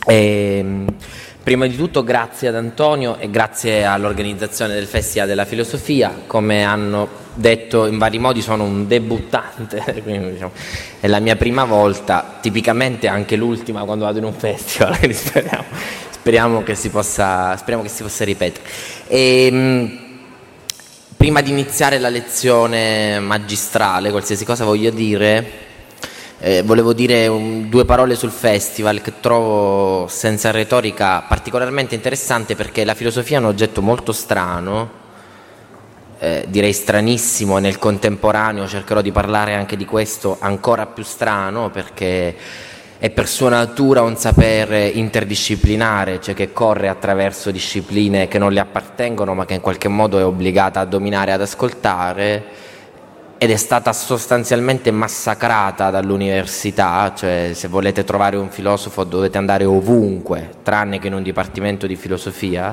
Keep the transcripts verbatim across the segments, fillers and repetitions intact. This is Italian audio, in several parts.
E, prima di tutto grazie ad Antonio e grazie all'organizzazione del Festival della Filosofia. Come hanno detto in vari modi, sono un debuttante, quindi diciamo, è la mia prima volta, tipicamente anche l'ultima quando vado in un festival, quindi speriamo, speriamo, che, si possa, speriamo che si possa ripetere. E, prima di iniziare la lezione magistrale, qualsiasi cosa voglio dire, Eh, volevo dire un, due parole sul festival, che trovo senza retorica particolarmente interessante, perché la filosofia è un oggetto molto strano, eh, direi stranissimo, e nel contemporaneo cercherò di parlare anche di questo ancora più strano, perché è per sua natura un sapere interdisciplinare, cioè che corre attraverso discipline che non le appartengono ma che in qualche modo è obbligata a dominare e ad ascoltare, ed è stata sostanzialmente massacrata dall'università. Cioè, se volete trovare un filosofo dovete andare ovunque, tranne che in un dipartimento di filosofia,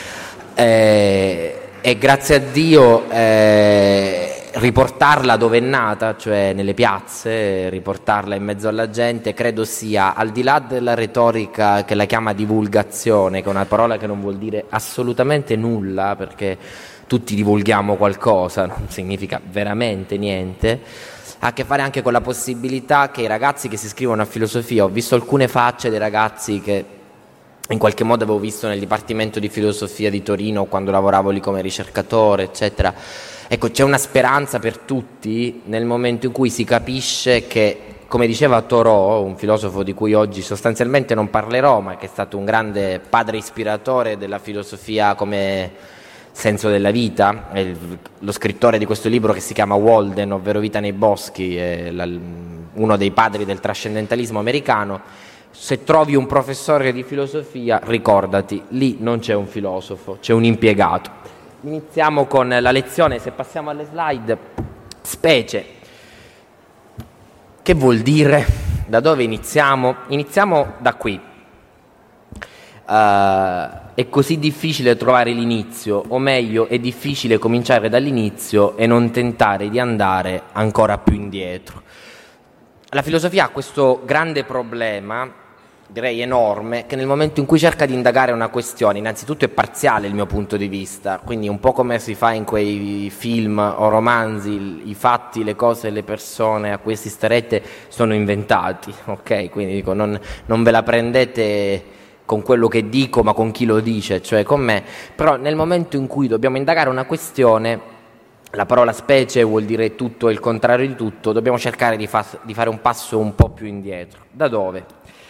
eh, e grazie a Dio eh, riportarla dove è nata, cioè nelle piazze, riportarla in mezzo alla gente, credo sia, al di là della retorica che la chiama divulgazione, che è una parola che non vuol dire assolutamente nulla, perché tutti divulghiamo qualcosa, non significa veramente niente, ha a che fare anche con la possibilità che i ragazzi che si iscrivono a filosofia, ho visto alcune facce dei ragazzi che in qualche modo avevo visto nel Dipartimento di Filosofia di Torino quando lavoravo lì come ricercatore, eccetera. Ecco, c'è una speranza per tutti nel momento in cui si capisce che, come diceva Thoreau, un filosofo di cui oggi sostanzialmente non parlerò, ma che è stato un grande padre ispiratore della filosofia come senso della vita, è lo scrittore di questo libro che si chiama Walden, ovvero Vita nei boschi, è la, uno dei padri del trascendentalismo americano. Se trovi un professore di filosofia, ricordati, lì non c'è un filosofo, c'è un impiegato. Iniziamo con la lezione, se passiamo alle slide. Specie. Che vuol dire? Da dove iniziamo? Iniziamo da qui. Uh, è così difficile trovare l'inizio, o meglio è difficile cominciare dall'inizio e non tentare di andare ancora più indietro. La filosofia ha questo grande problema, direi enorme, che nel momento in cui cerca di indagare una questione, innanzitutto è parziale il mio punto di vista, quindi un po' come si fa in quei film o romanzi, i fatti, le cose, le persone a cui assisterete sono inventati, ok? Quindi dico, non, non ve la prendete con quello che dico, ma con chi lo dice, cioè con me. Però nel momento in cui dobbiamo indagare una questione, la parola specie vuol dire tutto e il contrario di tutto, dobbiamo cercare di, fa- di fare un passo un po' più indietro. Da dove?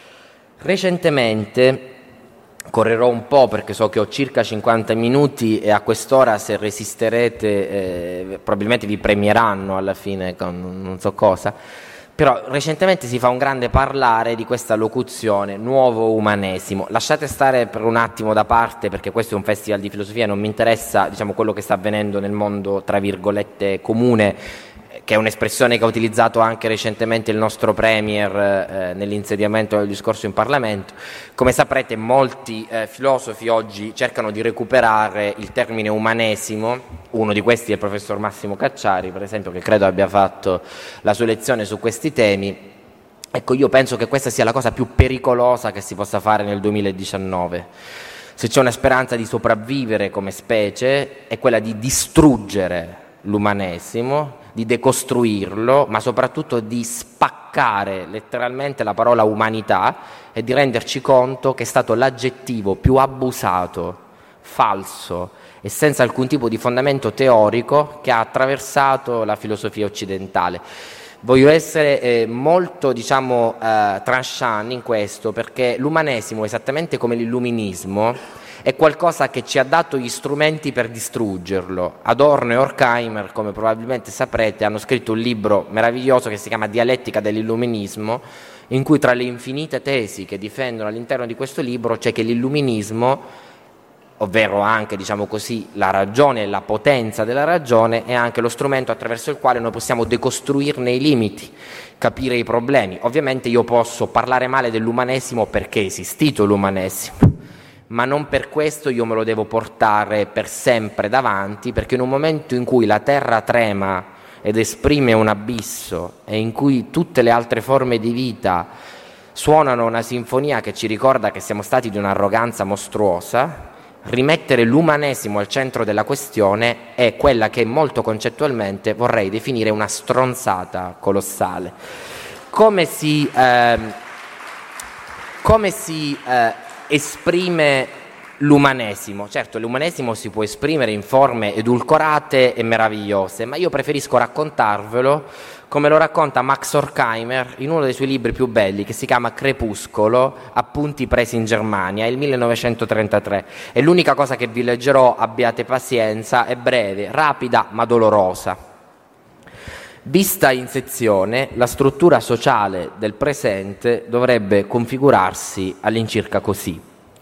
Recentemente, correrò un po' perché so che ho circa cinquanta minuti e a quest'ora, se resisterete, eh, probabilmente vi premieranno alla fine con non so cosa. Però recentemente si fa un grande parlare di questa locuzione nuovo umanesimo. Lasciate stare per un attimo da parte, perché questo è un festival di filosofia, non mi interessa, diciamo, quello che sta avvenendo nel mondo tra virgolette comune, che è un'espressione che ha utilizzato anche recentemente il nostro Premier eh, nell'insediamento del discorso in Parlamento. Come saprete, molti eh, filosofi oggi cercano di recuperare il termine umanesimo. Uno di questi è il professor Massimo Cacciari, per esempio, che credo abbia fatto la sua lezione su questi temi. Ecco, io penso che questa sia la cosa più pericolosa che si possa fare nel duemiladiciannove. Se c'è una speranza di sopravvivere come specie, è quella di distruggere l'umanesimo, di decostruirlo, ma soprattutto di spaccare letteralmente la parola umanità e di renderci conto che è stato l'aggettivo più abusato, falso e senza alcun tipo di fondamento teorico che ha attraversato la filosofia occidentale. Voglio essere eh, molto, diciamo, eh, tranchant in questo, perché l'umanesimo, esattamente come l'illuminismo, è qualcosa che ci ha dato gli strumenti per distruggerlo. Adorno e Horkheimer, come probabilmente saprete, hanno scritto un libro meraviglioso che si chiama Dialettica dell'illuminismo, in cui tra le infinite tesi che difendono all'interno di questo libro c'è che l'illuminismo, ovvero anche, diciamo così, la ragione e la potenza della ragione, è anche lo strumento attraverso il quale noi possiamo decostruirne i limiti, capire i problemi. Ovviamente io posso parlare male dell'umanesimo perché è esistito l'umanesimo, ma non per questo io me lo devo portare per sempre davanti, perché in un momento in cui la terra trema ed esprime un abisso e in cui tutte le altre forme di vita suonano una sinfonia che ci ricorda che siamo stati di un'arroganza mostruosa. Rimettere l'umanesimo al centro della questione è quella che molto concettualmente vorrei definire una stronzata colossale. Come si, eh, come si eh, esprime l'umanesimo? Certo, l'umanesimo si può esprimere in forme edulcorate e meravigliose, ma io preferisco raccontarvelo come lo racconta Max Horkheimer in uno dei suoi libri più belli, che si chiama Crepuscolo, appunti presi in Germania, è il millenovecentotrentatré. E l'unica cosa che vi leggerò, abbiate pazienza, è breve, rapida ma dolorosa. Vista in sezione, la struttura sociale del presente dovrebbe configurarsi all'incirca così.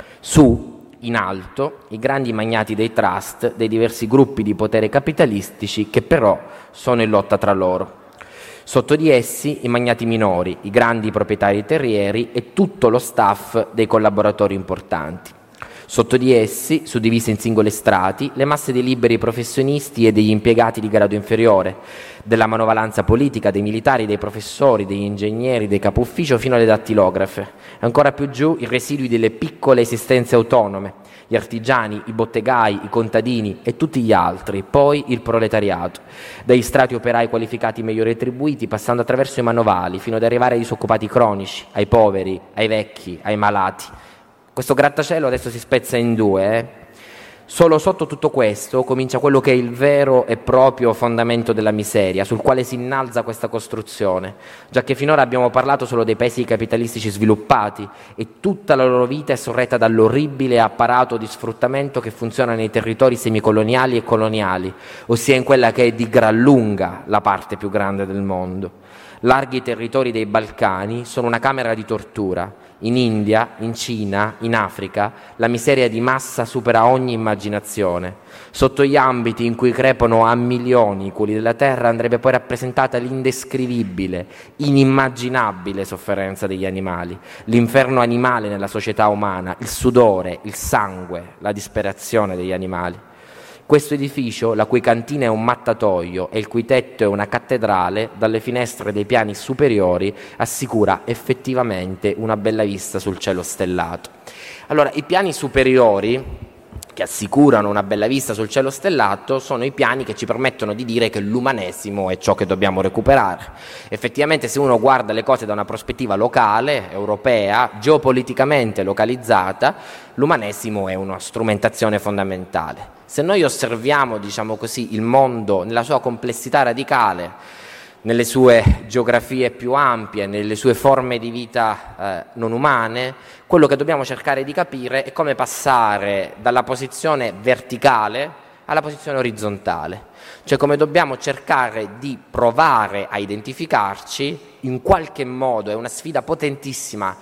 Su, in alto, i grandi magnati dei trust, dei diversi gruppi di potere capitalistici che però sono in lotta tra loro. Sotto di essi i magnati minori, i grandi proprietari terrieri e tutto lo staff dei collaboratori importanti. Sotto di essi, suddivisi in singoli strati, le masse dei liberi professionisti e degli impiegati di grado inferiore, della manovalanza politica, dei militari, dei professori, degli ingegneri, dei capo ufficio fino alle dattilografe. E ancora più giù i residui delle piccole esistenze autonome, gli artigiani, i bottegai, i contadini e tutti gli altri, poi il proletariato, dagli strati operai qualificati meglio retribuiti, passando attraverso i manovali, fino ad arrivare ai disoccupati cronici, ai poveri, ai vecchi, ai malati. Questo grattacielo adesso si spezza in due, eh? Solo sotto tutto questo comincia quello che è il vero e proprio fondamento della miseria, sul quale si innalza questa costruzione, già che finora abbiamo parlato solo dei paesi capitalistici sviluppati e tutta la loro vita è sorretta dall'orribile apparato di sfruttamento che funziona nei territori semicoloniali e coloniali, ossia in quella che è di gran lunga la parte più grande del mondo. Larghi territori dei Balcani sono una camera di tortura. In India, in Cina, in Africa, la miseria di massa supera ogni immaginazione. Sotto gli ambiti in cui crepano a milioni i culi della terra andrebbe poi rappresentata l'indescrivibile, inimmaginabile sofferenza degli animali, l'inferno animale nella società umana, il sudore, il sangue, la disperazione degli animali. Questo edificio, la cui cantina è un mattatoio e il cui tetto è una cattedrale, dalle finestre dei piani superiori assicura effettivamente una bella vista sul cielo stellato. Allora, i piani superiori che assicurano una bella vista sul cielo stellato sono i piani che ci permettono di dire che l'umanesimo è ciò che dobbiamo recuperare. Effettivamente, se uno guarda le cose da una prospettiva locale, europea, geopoliticamente localizzata, l'umanesimo è una strumentazione fondamentale. Se noi osserviamo, diciamo così, il mondo nella sua complessità radicale, nelle sue geografie più ampie, nelle sue forme di vita eh, non umane, quello che dobbiamo cercare di capire è come passare dalla posizione verticale alla posizione orizzontale, cioè come dobbiamo cercare di provare a identificarci in qualche modo. È una sfida potentissima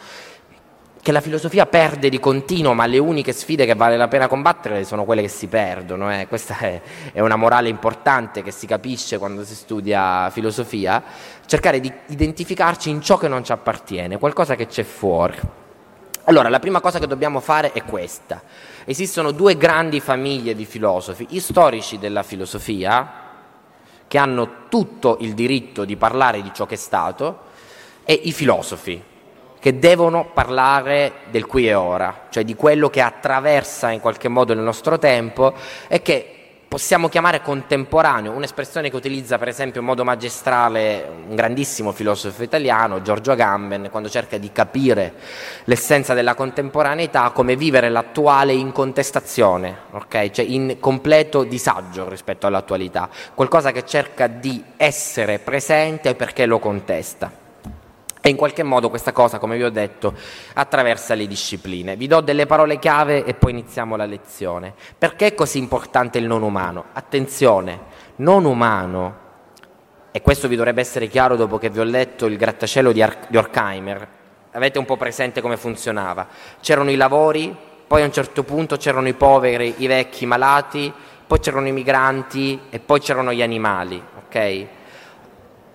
che la filosofia perde di continuo, ma le uniche sfide che vale la pena combattere sono quelle che si perdono. Eh. Questa è, è una morale importante che si capisce quando si studia filosofia, cercare di identificarci in ciò che non ci appartiene, qualcosa che c'è fuori. Allora, la prima cosa che dobbiamo fare è questa. Esistono due grandi famiglie di filosofi, gli storici della filosofia, che hanno tutto il diritto di parlare di ciò che è stato, e i filosofi, che devono parlare del qui e ora, cioè di quello che attraversa in qualche modo il nostro tempo e che possiamo chiamare contemporaneo, un'espressione che utilizza per esempio in modo magistrale un grandissimo filosofo italiano, Giorgio Agamben, quando cerca di capire l'essenza della contemporaneità come vivere l'attuale in contestazione, ok? Cioè in completo disagio rispetto all'attualità, qualcosa che cerca di essere presente perché lo contesta. E in qualche modo questa cosa, come vi ho detto, attraversa le discipline. Vi do delle parole chiave e poi iniziamo la lezione. Perché è così importante il non umano? Attenzione, non umano, e questo vi dovrebbe essere chiaro dopo che vi ho letto il grattacielo di, Ar- di Horkheimer, avete un po' presente come funzionava. C'erano i lavori, poi a un certo punto c'erano i poveri, i vecchi, i malati, poi c'erano i migranti e poi c'erano gli animali, ok?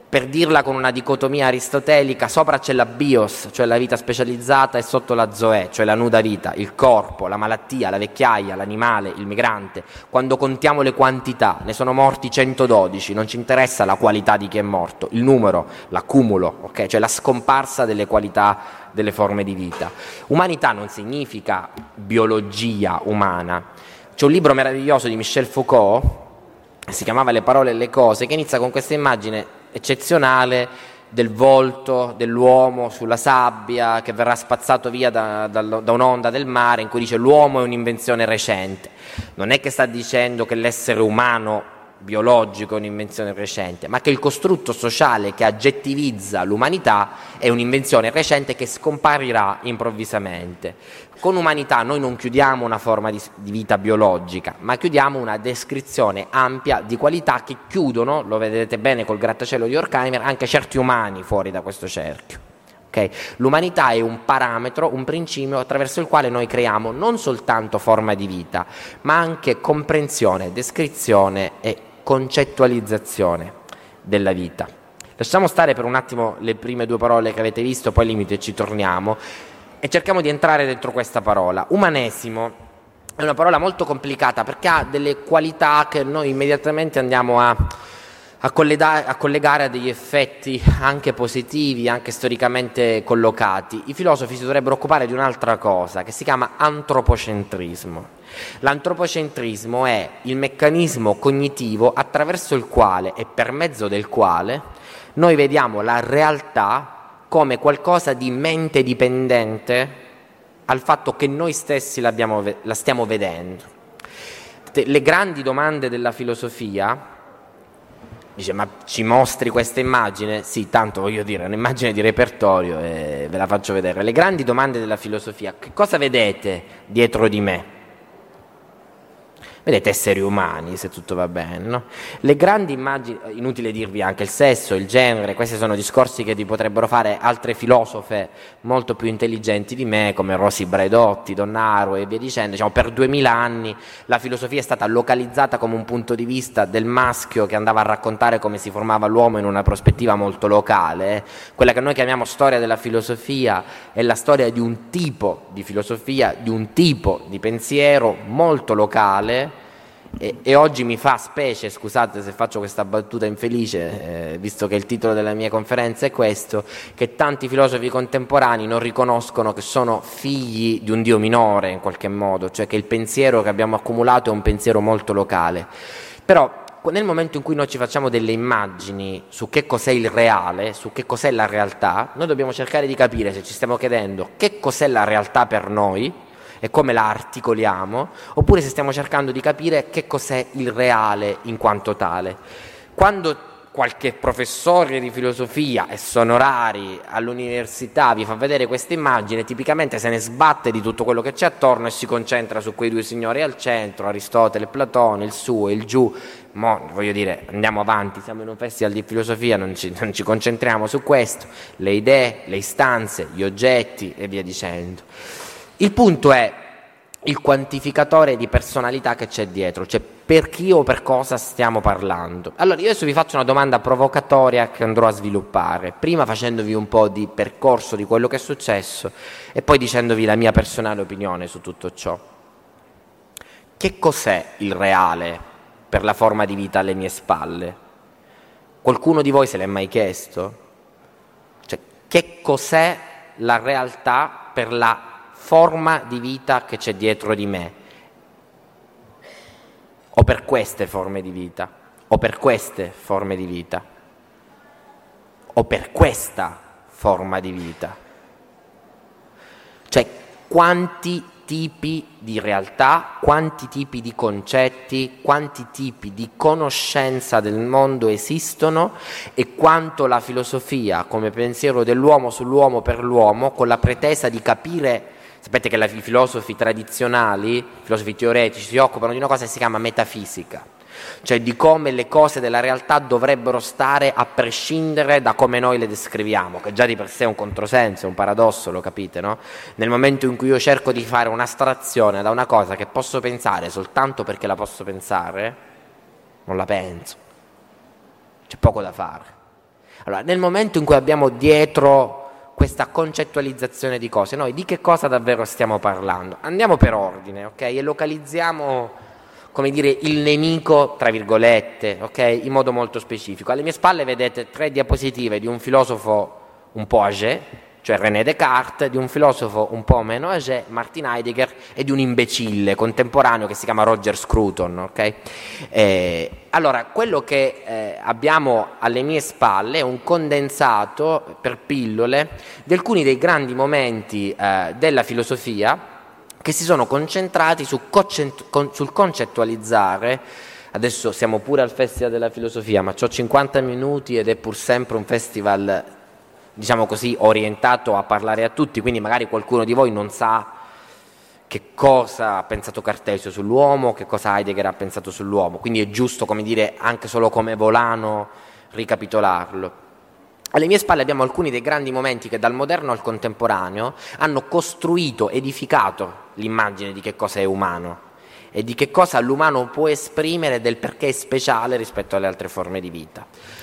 per dirla con una dicotomia aristotelica, sopra c'è la bios, cioè la vita specializzata, e sotto la zoe, cioè la nuda vita, il corpo, la malattia, la vecchiaia, l'animale, il migrante. Quando contiamo le quantità, ne sono morti centododici, non ci interessa la qualità di chi è morto, il numero, l'accumulo, okay? Cioè la scomparsa delle qualità delle forme di vita. Umanità non significa biologia umana. C'è un libro meraviglioso di Michel Foucault, si chiamava Le parole e le cose, che inizia con questa immagine eccezionale del volto dell'uomo sulla sabbia che verrà spazzato via da, da, da un'onda del mare, in cui dice l'uomo è un'invenzione recente. Non è che sta dicendo che l'essere umano biologico è un'invenzione recente, ma che il costrutto sociale che aggettivizza l'umanità è un'invenzione recente che scomparirà improvvisamente. Con umanità noi non chiudiamo una forma di, di vita biologica, ma chiudiamo una descrizione ampia di qualità che chiudono, lo vedete bene col grattacielo di Horkheimer, anche certi umani fuori da questo cerchio. Okay? L'umanità è un parametro, un principio attraverso il quale noi creiamo non soltanto forma di vita, ma anche comprensione, descrizione e concettualizzazione della vita. Lasciamo stare per un attimo le prime due parole che avete visto, poi al limite ci torniamo e cerchiamo di entrare dentro questa parola. Umanesimo è una parola molto complicata perché ha delle qualità che noi immediatamente andiamo a, a, collega- a collegare a degli effetti anche positivi, anche storicamente collocati. I filosofi si dovrebbero occupare di un'altra cosa che si chiama antropocentrismo. L'antropocentrismo è il meccanismo cognitivo attraverso il quale e per mezzo del quale noi vediamo la realtà come qualcosa di mente dipendente al fatto che noi stessi l'abbiamo, la stiamo vedendo. Le grandi domande della filosofia, dice, ma ci mostri questa immagine? Sì, tanto voglio dire, è un'immagine di repertorio e ve la faccio vedere. Le grandi domande della filosofia: che cosa vedete dietro di me? Vedete esseri umani, se tutto va bene, no? Le grandi immagini, inutile dirvi anche il sesso, il genere, questi sono discorsi che vi potrebbero fare altre filosofe molto più intelligenti di me, come Rosi Braidotti, Donnaro e via dicendo. Diciamo, per duemila anni la filosofia è stata localizzata come un punto di vista del maschio che andava a raccontare come si formava l'uomo in una prospettiva molto locale. Quella che noi chiamiamo storia della filosofia è la storia di un tipo di filosofia, di un tipo di pensiero molto locale. E, e oggi mi fa specie, scusate se faccio questa battuta infelice, eh, visto che il titolo della mia conferenza è questo, che tanti filosofi contemporanei non riconoscono che sono figli di un Dio minore in qualche modo, cioè che il pensiero che abbiamo accumulato è un pensiero molto locale. Però nel momento in cui noi ci facciamo delle immagini su che cos'è il reale, su che cos'è la realtà, noi dobbiamo cercare di capire, se ci stiamo chiedendo che cos'è la realtà per noi e come la articoliamo, oppure se stiamo cercando di capire che cos'è il reale in quanto tale. Quando qualche professore di filosofia e sonorari all'università vi fa vedere questa immagine, tipicamente se ne sbatte di tutto quello che c'è attorno e si concentra su quei due signori al centro, Aristotele e Platone, il su e il giù. Mo, voglio dire, andiamo avanti, siamo in un festival di filosofia, non ci, non ci concentriamo su questo, le idee, le istanze, gli oggetti e via dicendo. Il punto è il quantificatore di personalità che c'è dietro, cioè per chi o per cosa stiamo parlando. Allora, io adesso vi faccio una domanda provocatoria che andrò a sviluppare, prima facendovi un po' di percorso di quello che è successo e poi dicendovi la mia personale opinione su tutto ciò. Che cos'è il reale per la forma di vita alle mie spalle? Qualcuno di voi se l'è mai chiesto? Cioè, che cos'è la realtà per la forma di vita che c'è dietro di me, o per queste forme di vita, o per queste forme di vita, o per questa forma di vita? Cioè, quanti tipi di realtà, quanti tipi di concetti, quanti tipi di conoscenza del mondo esistono e quanto la filosofia come pensiero dell'uomo sull'uomo per l'uomo, con la pretesa di capire. Sapete che la, i filosofi tradizionali, i filosofi teoretici, si occupano di una cosa che si chiama metafisica, cioè di come le cose della realtà dovrebbero stare a prescindere da come noi le descriviamo, che già di per sé è un controsenso, è un paradosso, lo capite, no? Nel momento in cui io cerco di fare un'astrazione da una cosa che posso pensare soltanto perché la posso pensare, non la penso, c'è poco da fare. Allora, nel momento in cui abbiamo dietro questa concettualizzazione di cose, noi di che cosa davvero stiamo parlando? Andiamo per ordine, ok? E localizziamo, come dire, il nemico, tra virgolette, ok? In modo molto specifico. Alle mie spalle vedete tre diapositive di un filosofo un po' âgé, cioè René Descartes, di un filosofo un po' meno âgé, Martin Heidegger, e di un imbecille contemporaneo che si chiama Roger Scruton, ok? Eh, allora, quello che eh, abbiamo alle mie spalle è un condensato per pillole di alcuni dei grandi momenti eh, della filosofia che si sono concentrati su concent- con, sul concettualizzare. Adesso siamo pure al Festival della Filosofia, ma c'ho cinquanta minuti ed è pur sempre un festival, diciamo così, orientato a parlare a tutti, quindi magari qualcuno di voi non sa che cosa ha pensato Cartesio sull'uomo, che cosa Heidegger ha pensato sull'uomo, quindi è giusto, come dire, anche solo come volano ricapitolarlo. Alle mie spalle abbiamo alcuni dei grandi momenti che dal moderno al contemporaneo hanno costruito, edificato l'immagine di che cosa è umano e di che cosa l'umano può esprimere, del perché è speciale rispetto alle altre forme di vita.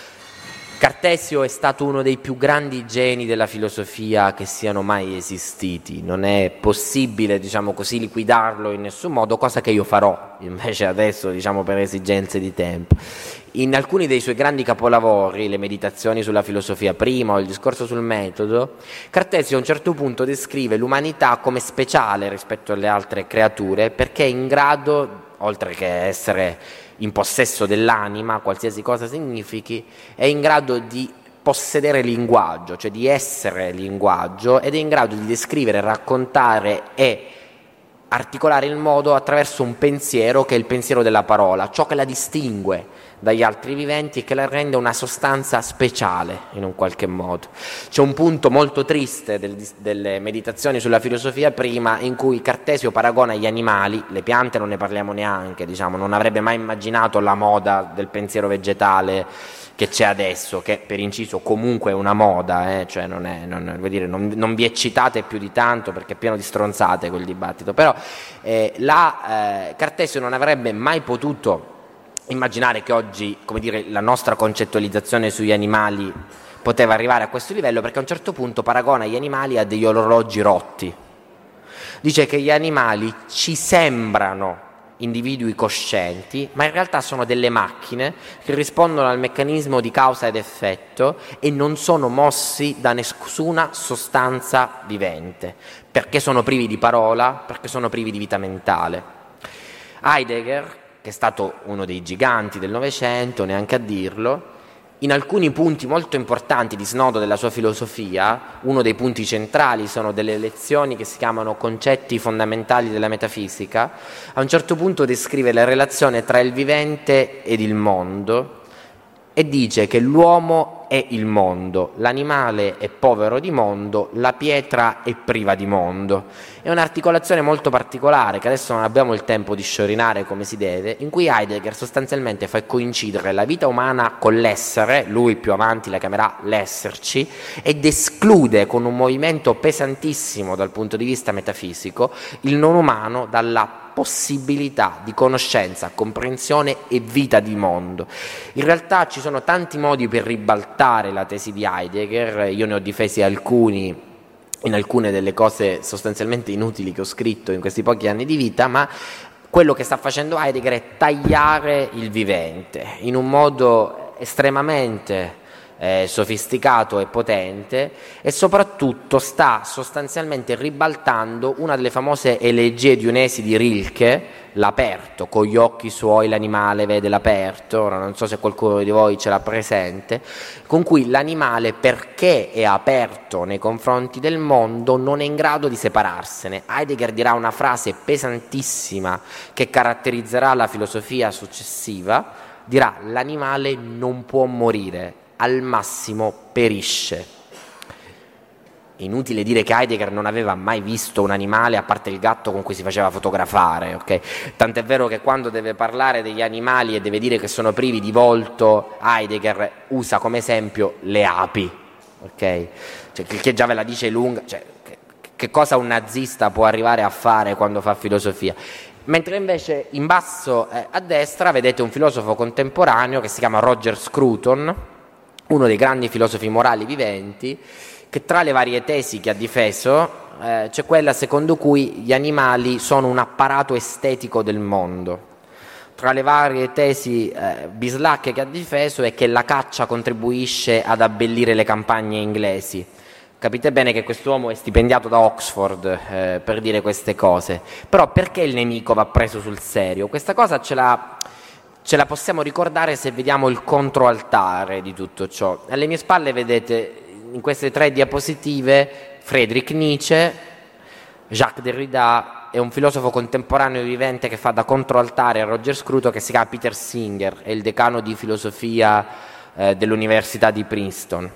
Cartesio è stato uno dei più grandi geni della filosofia che siano mai esistiti, non è possibile, diciamo così, liquidarlo in nessun modo, cosa che io farò invece adesso, diciamo, per esigenze di tempo. In alcuni dei suoi grandi capolavori, le meditazioni sulla filosofia prima o il discorso sul metodo, Cartesio a un certo punto descrive l'umanità come speciale rispetto alle altre creature perché è in grado, oltre che essere in possesso dell'anima, qualsiasi cosa significhi, è in grado di possedere linguaggio, cioè di essere linguaggio, ed è in grado di descrivere, raccontare e articolare il mondo attraverso un pensiero che è il pensiero della parola, ciò che la distingue dagli altri viventi e che la rende una sostanza speciale in un qualche modo. C'è un punto molto triste del, delle meditazioni sulla filosofia prima in cui Cartesio paragona gli animali, le piante non ne parliamo neanche, diciamo, non avrebbe mai immaginato la moda del pensiero vegetale che c'è adesso, che per inciso comunque è una moda, eh? Cioè non, è, non, vuol dire, non, non vi eccitate più di tanto perché è pieno di stronzate quel dibattito, però eh, la, eh, Cartesio non avrebbe mai potuto immaginare che oggi, come dire, la nostra concettualizzazione sugli animali poteva arrivare a questo livello, perché a un certo punto paragona gli animali a degli orologi rotti. Dice che gli animali ci sembrano individui coscienti, ma in realtà sono delle macchine che rispondono al meccanismo di causa ed effetto e non sono mossi da nessuna sostanza vivente, perché sono privi di parola, perché sono privi di vita mentale. Heidegger, che è stato uno dei giganti del Novecento, neanche a dirlo, in alcuni punti molto importanti di snodo della sua filosofia, uno dei punti centrali sono delle lezioni che si chiamano concetti fondamentali della metafisica, a un certo punto descrive la relazione tra il vivente ed il mondo e dice che l'uomo è il mondo, l'animale è povero di mondo, la pietra è priva di mondo. È un'articolazione molto particolare che adesso non abbiamo il tempo di sciorinare come si deve, in cui Heidegger sostanzialmente fa coincidere la vita umana con l'essere, lui più avanti la chiamerà l'esserci, ed esclude con un movimento pesantissimo dal punto di vista metafisico il non umano dalla possibilità di conoscenza, comprensione e vita di mondo. In realtà ci sono tanti modi per ribaltare la tesi di Heidegger, io ne ho difesi alcuni in alcune delle cose sostanzialmente inutili che ho scritto in questi pochi anni di vita, ma quello che sta facendo Heidegger è tagliare il vivente in un modo estremamente Eh, sofisticato e potente, e soprattutto sta sostanzialmente ribaltando una delle famose elegie dionesi di Rilke, l'aperto, con gli occhi suoi l'animale vede l'aperto, ora non so se qualcuno di voi ce l'ha presente, con cui l'animale, perché è aperto nei confronti del mondo, non è in grado di separarsene. Heidegger dirà una frase pesantissima che caratterizzerà la filosofia successiva, dirà: l'animale non può morire, al massimo perisce. Inutile dire che Heidegger non aveva mai visto un animale a parte il gatto con cui si faceva fotografare, ok? Tant'è vero che quando deve parlare degli animali e deve dire che sono privi di volto, Heidegger usa come esempio le api, ok? Cioè, che già ve la dice lunga, cioè, che, che cosa un nazista può arrivare a fare quando fa filosofia? Mentre invece in basso eh, a destra vedete un filosofo contemporaneo che si chiama Roger Scruton, uno dei grandi filosofi morali viventi, che tra le varie tesi che ha difeso eh, c'è quella secondo cui gli animali sono un apparato estetico del mondo. Tra le varie tesi eh, bislacche che ha difeso è che la caccia contribuisce ad abbellire le campagne inglesi. Capite bene che quest'uomo è stipendiato da Oxford eh, per dire queste cose. Però perché il nemico va preso sul serio? Questa cosa ce la, ce la possiamo ricordare se vediamo il controaltare di tutto ciò. Alle mie spalle vedete in queste tre diapositive Friedrich Nietzsche, Jacques Derrida e un filosofo contemporaneo vivente che fa da controaltare a Roger Scruton, che si chiama Peter Singer, è il decano di filosofia eh, dell'Università di Princeton.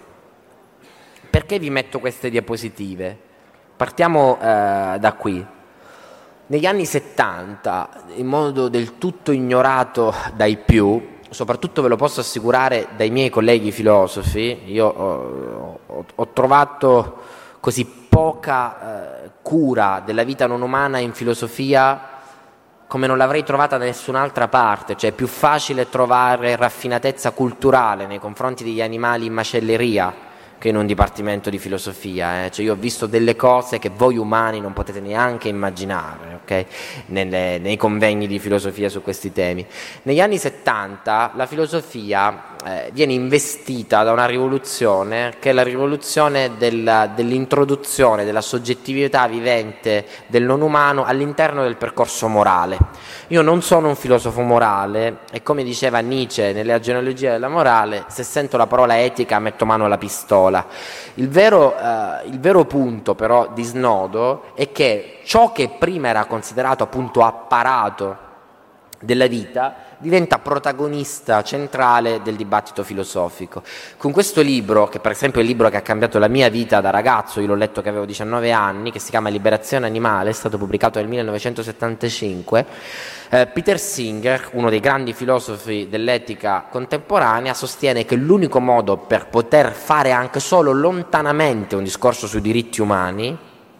Perché vi metto queste diapositive? Partiamo eh, da qui. Negli anni settanta, in modo del tutto ignorato dai più, soprattutto ve lo posso assicurare dai miei colleghi filosofi, io ho, ho, ho trovato così poca eh, cura della vita non umana in filosofia come non l'avrei trovata da nessun'altra parte. Cioè è più facile trovare raffinatezza culturale nei confronti degli animali in macelleria che in un dipartimento di filosofia, eh. Cioè io ho visto delle cose che voi umani non potete neanche immaginare, okay? Nelle, nei convegni di filosofia su questi temi. Negli anni settanta la filosofia eh, viene investita da una rivoluzione che è la rivoluzione del, dell'introduzione della soggettività vivente del non umano all'interno del percorso morale. Io non sono un filosofo morale e, come diceva Nietzsche nelle genealogie della morale, se sento la parola etica metto mano alla pistola. Il vero, eh, il vero punto però di snodo è che ciò che prima era considerato appunto apparato della vita diventa protagonista centrale del dibattito filosofico. Con questo libro, che per esempio è il libro che ha cambiato la mia vita da ragazzo, io l'ho letto che avevo diciannove anni, che si chiama Liberazione Animale, è stato pubblicato nel millenovecentosettantacinque, eh, Peter Singer, uno dei grandi filosofi dell'etica contemporanea, sostiene che l'unico modo per poter fare anche solo lontanamente un discorso sui diritti umani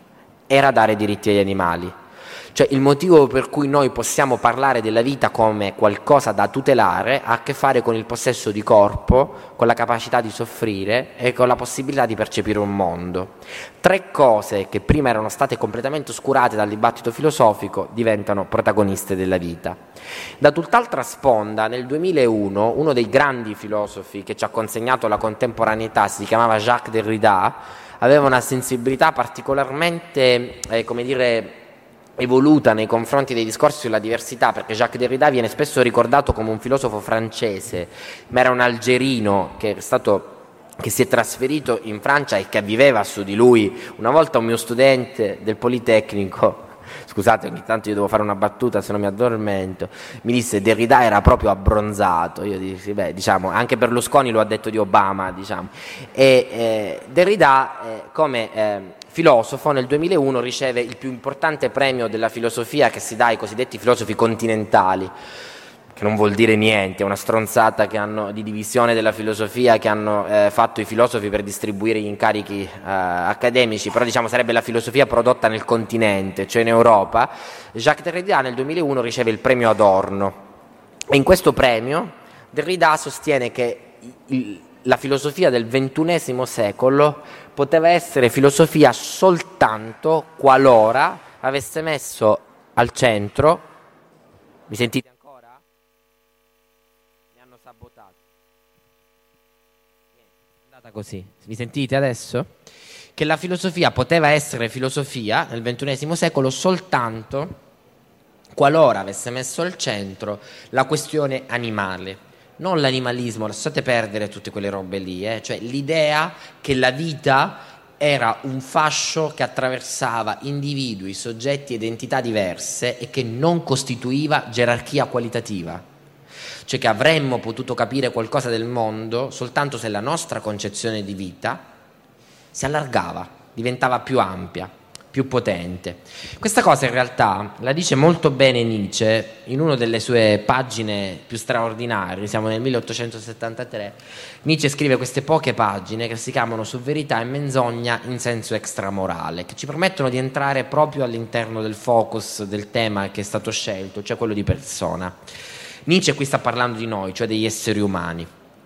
era dare diritti agli animali. Cioè il motivo per cui noi possiamo parlare della vita come qualcosa da tutelare ha a che fare con il possesso di corpo, con la capacità di soffrire e con la possibilità di percepire un mondo. Tre cose che prima erano state completamente oscurate dal dibattito filosofico diventano protagoniste della vita. Da tutt'altra sponda, nel duemilauno, uno dei grandi filosofi che ci ha consegnato la contemporaneità, si chiamava Jacques Derrida, aveva una sensibilità particolarmente, eh, come dire, evoluta nei confronti dei discorsi sulla diversità, perché Jacques Derrida viene spesso ricordato come un filosofo francese, ma era un algerino che è stato che si è trasferito in Francia e che viveva su di lui. Una volta un mio studente del Politecnico, scusate ogni tanto io devo fare una battuta se no mi addormento, mi disse Derrida era proprio abbronzato. Io dissi beh, diciamo, anche Berlusconi lo ha detto di Obama, diciamo. E eh, Derrida eh, come eh, filosofo nel duemilauno riceve il più importante premio della filosofia che si dà ai cosiddetti filosofi continentali, che non vuol dire niente, è una stronzata che hanno, di divisione della filosofia che hanno eh, fatto i filosofi per distribuire gli incarichi eh, accademici, però diciamo sarebbe la filosofia prodotta nel continente, cioè in Europa. Jacques Derrida nel duemilauno riceve il premio Adorno e in questo premio Derrida sostiene che il, la filosofia del ventunesimo secolo poteva essere filosofia soltanto qualora avesse messo al centro, mi sentite ancora? Mi hanno sabotato. Niente, è andata così. Mi sentite adesso? Che la filosofia poteva essere filosofia nel ventunesimo secolo soltanto qualora avesse messo al centro la questione animale. Non l'animalismo, lasciate perdere tutte quelle robe lì, eh? Cioè l'idea che la vita era un fascio che attraversava individui, soggetti ed entità diverse e che non costituiva gerarchia qualitativa. Cioè che avremmo potuto capire qualcosa del mondo soltanto se la nostra concezione di vita si allargava, diventava più ampia, più potente. Questa cosa in realtà la dice molto bene Nietzsche in una delle sue pagine più straordinarie, siamo nel milleottocentosettantatré. Nietzsche scrive queste poche pagine che si chiamano Su verità e menzogna in senso extramorale, che ci permettono di entrare proprio all'interno del focus del tema che è stato scelto, cioè quello di persona. Nietzsche qui sta parlando di noi, cioè degli esseri umani.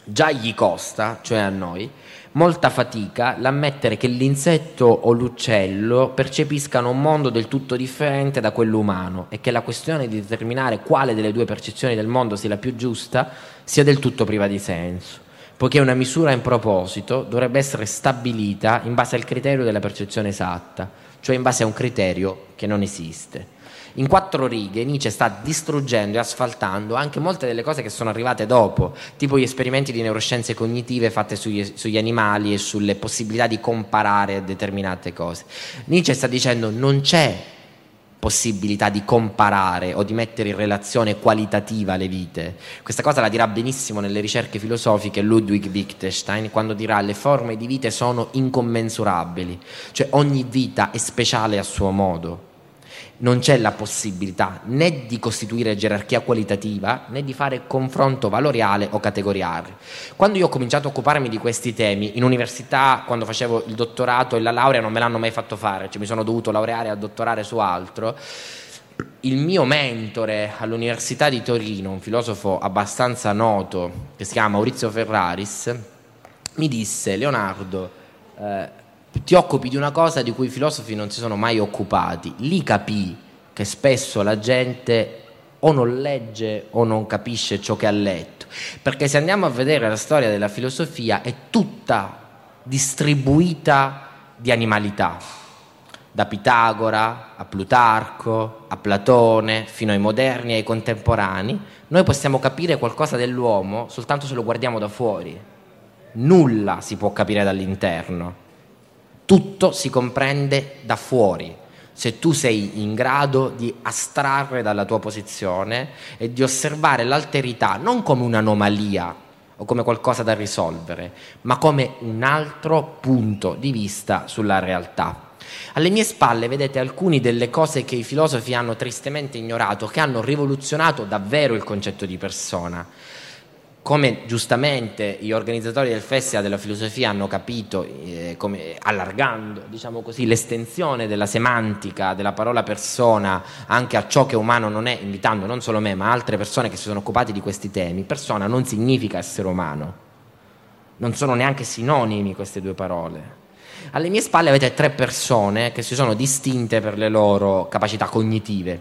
già gli costa, cioè a noi, molta fatica l'ammettere che l'insetto o l'uccello percepiscano un mondo del tutto differente da quello umano e che la questione di determinare quale delle due percezioni del mondo sia la più giusta sia del tutto priva di senso, poiché una misura in proposito dovrebbe essere stabilita in base al criterio della percezione esatta, cioè in base a un criterio che non esiste. In quattro righe Nietzsche sta distruggendo e asfaltando anche molte delle cose che sono arrivate dopo, tipo gli esperimenti di neuroscienze cognitive fatte sugli, sugli animali e sulle possibilità di comparare determinate cose. Nietzsche sta dicendo non c'è possibilità di comparare o di mettere in relazione qualitativa le vite. Questa cosa la dirà benissimo nelle ricerche filosofiche Ludwig Wittgenstein, quando dirà le forme di vite sono incommensurabili, cioè ogni vita è speciale a suo modo. Non c'è la possibilità né di costituire gerarchia qualitativa né di fare confronto valoriale o categoriale. Quando io ho cominciato a occuparmi di questi temi, in università, quando facevo il dottorato e la laurea, non me l'hanno mai fatto fare, cioè mi sono dovuto laureare e dottorare su altro. Il mio mentore all'Università di Torino, un filosofo abbastanza noto che si chiama Maurizio Ferraris, mi disse: Leonardo, eh, ti occupi di una cosa di cui i filosofi non si sono mai occupati. Lì capì che spesso la gente o non legge o non capisce ciò che ha letto, perché se andiamo a vedere la storia della filosofia è tutta distribuita di animalità, da Pitagora a Plutarco a Platone fino ai moderni e ai contemporanei. Noi possiamo capire qualcosa dell'uomo soltanto se lo guardiamo da fuori, nulla si può capire dall'interno. Tutto si comprende da fuori, se tu sei in grado di astrarre dalla tua posizione e di osservare l'alterità non come un'anomalia o come qualcosa da risolvere, ma come un altro punto di vista sulla realtà. Alle mie spalle vedete alcune delle cose che i filosofi hanno tristemente ignorato, che hanno rivoluzionato davvero il concetto di persona. Come giustamente gli organizzatori del Festival della Filosofia hanno capito, eh, come, allargando diciamo così, l'estensione della semantica della parola persona anche a ciò che umano non è, invitando non solo me ma altre persone che si sono occupate di questi temi. Persona non significa essere umano, non sono neanche sinonimi queste due parole. Alle mie spalle avete tre persone che si sono distinte per le loro capacità cognitive.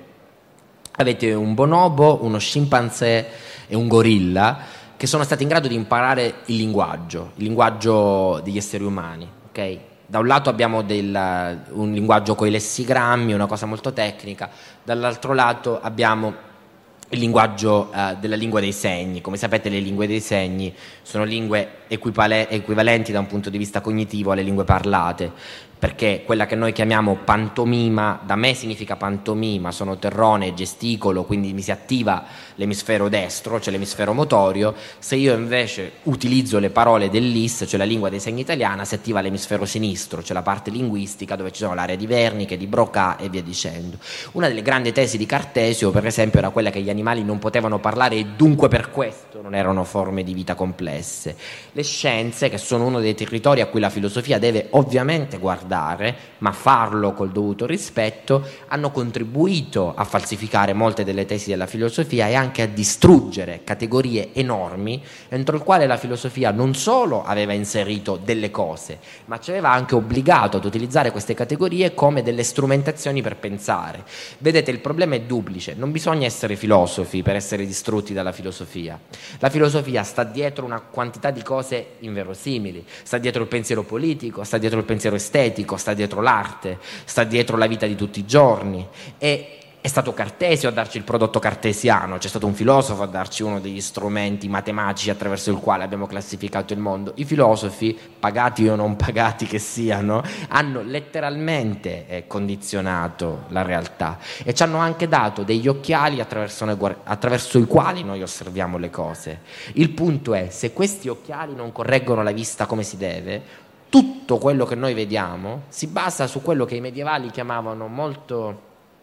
Avete un bonobo, uno scimpanzé e un gorilla, che sono stati in grado di imparare il linguaggio, il linguaggio degli esseri umani, ok? Da un lato abbiamo del, un linguaggio con i lessigrammi, una cosa molto tecnica, dall'altro lato abbiamo il linguaggio eh, della lingua dei segni. Come sapete, le lingue dei segni sono lingue equipale- equivalenti da un punto di vista cognitivo alle lingue parlate, perché quella che noi chiamiamo pantomima, da me significa pantomima, sono terrone e gesticolo, quindi mi si attiva l'emisfero destro, cioè l'emisfero motorio. Se io invece utilizzo le parole dell'I S, cioè la lingua dei segni italiana, si attiva l'emisfero sinistro, cioè la parte linguistica dove ci sono l'area di Wernicke, di Broca e via dicendo. Una delle grandi tesi di Cartesio, per esempio, era quella che gli animali non potevano parlare e dunque per questo non erano forme di vita complesse. Le scienze, che sono uno dei territori a cui la filosofia deve ovviamente guardare, ma farlo col dovuto rispetto, hanno contribuito a falsificare molte delle tesi della filosofia e anche a distruggere categorie enormi entro il quale la filosofia non solo aveva inserito delle cose, ma ci aveva anche obbligato ad utilizzare queste categorie come delle strumentazioni per pensare. Vedete, il problema è duplice: non bisogna essere filosofi per essere distrutti dalla filosofia. La filosofia sta dietro una quantità di cose inverosimili, sta dietro il pensiero politico, sta dietro il pensiero estetico, sta dietro l'arte, sta dietro la vita di tutti i giorni. E è stato Cartesio a darci il prodotto cartesiano, c'è stato un filosofo a darci uno degli strumenti matematici attraverso il quale abbiamo classificato il mondo. I filosofi, pagati o non pagati che siano, hanno letteralmente eh, condizionato la realtà e ci hanno anche dato degli occhiali attraverso, noi, attraverso i quali noi osserviamo le cose. Il punto è, se questi occhiali non correggono la vista come si deve, tutto quello che noi vediamo si basa su quello che i medievali chiamavano molto,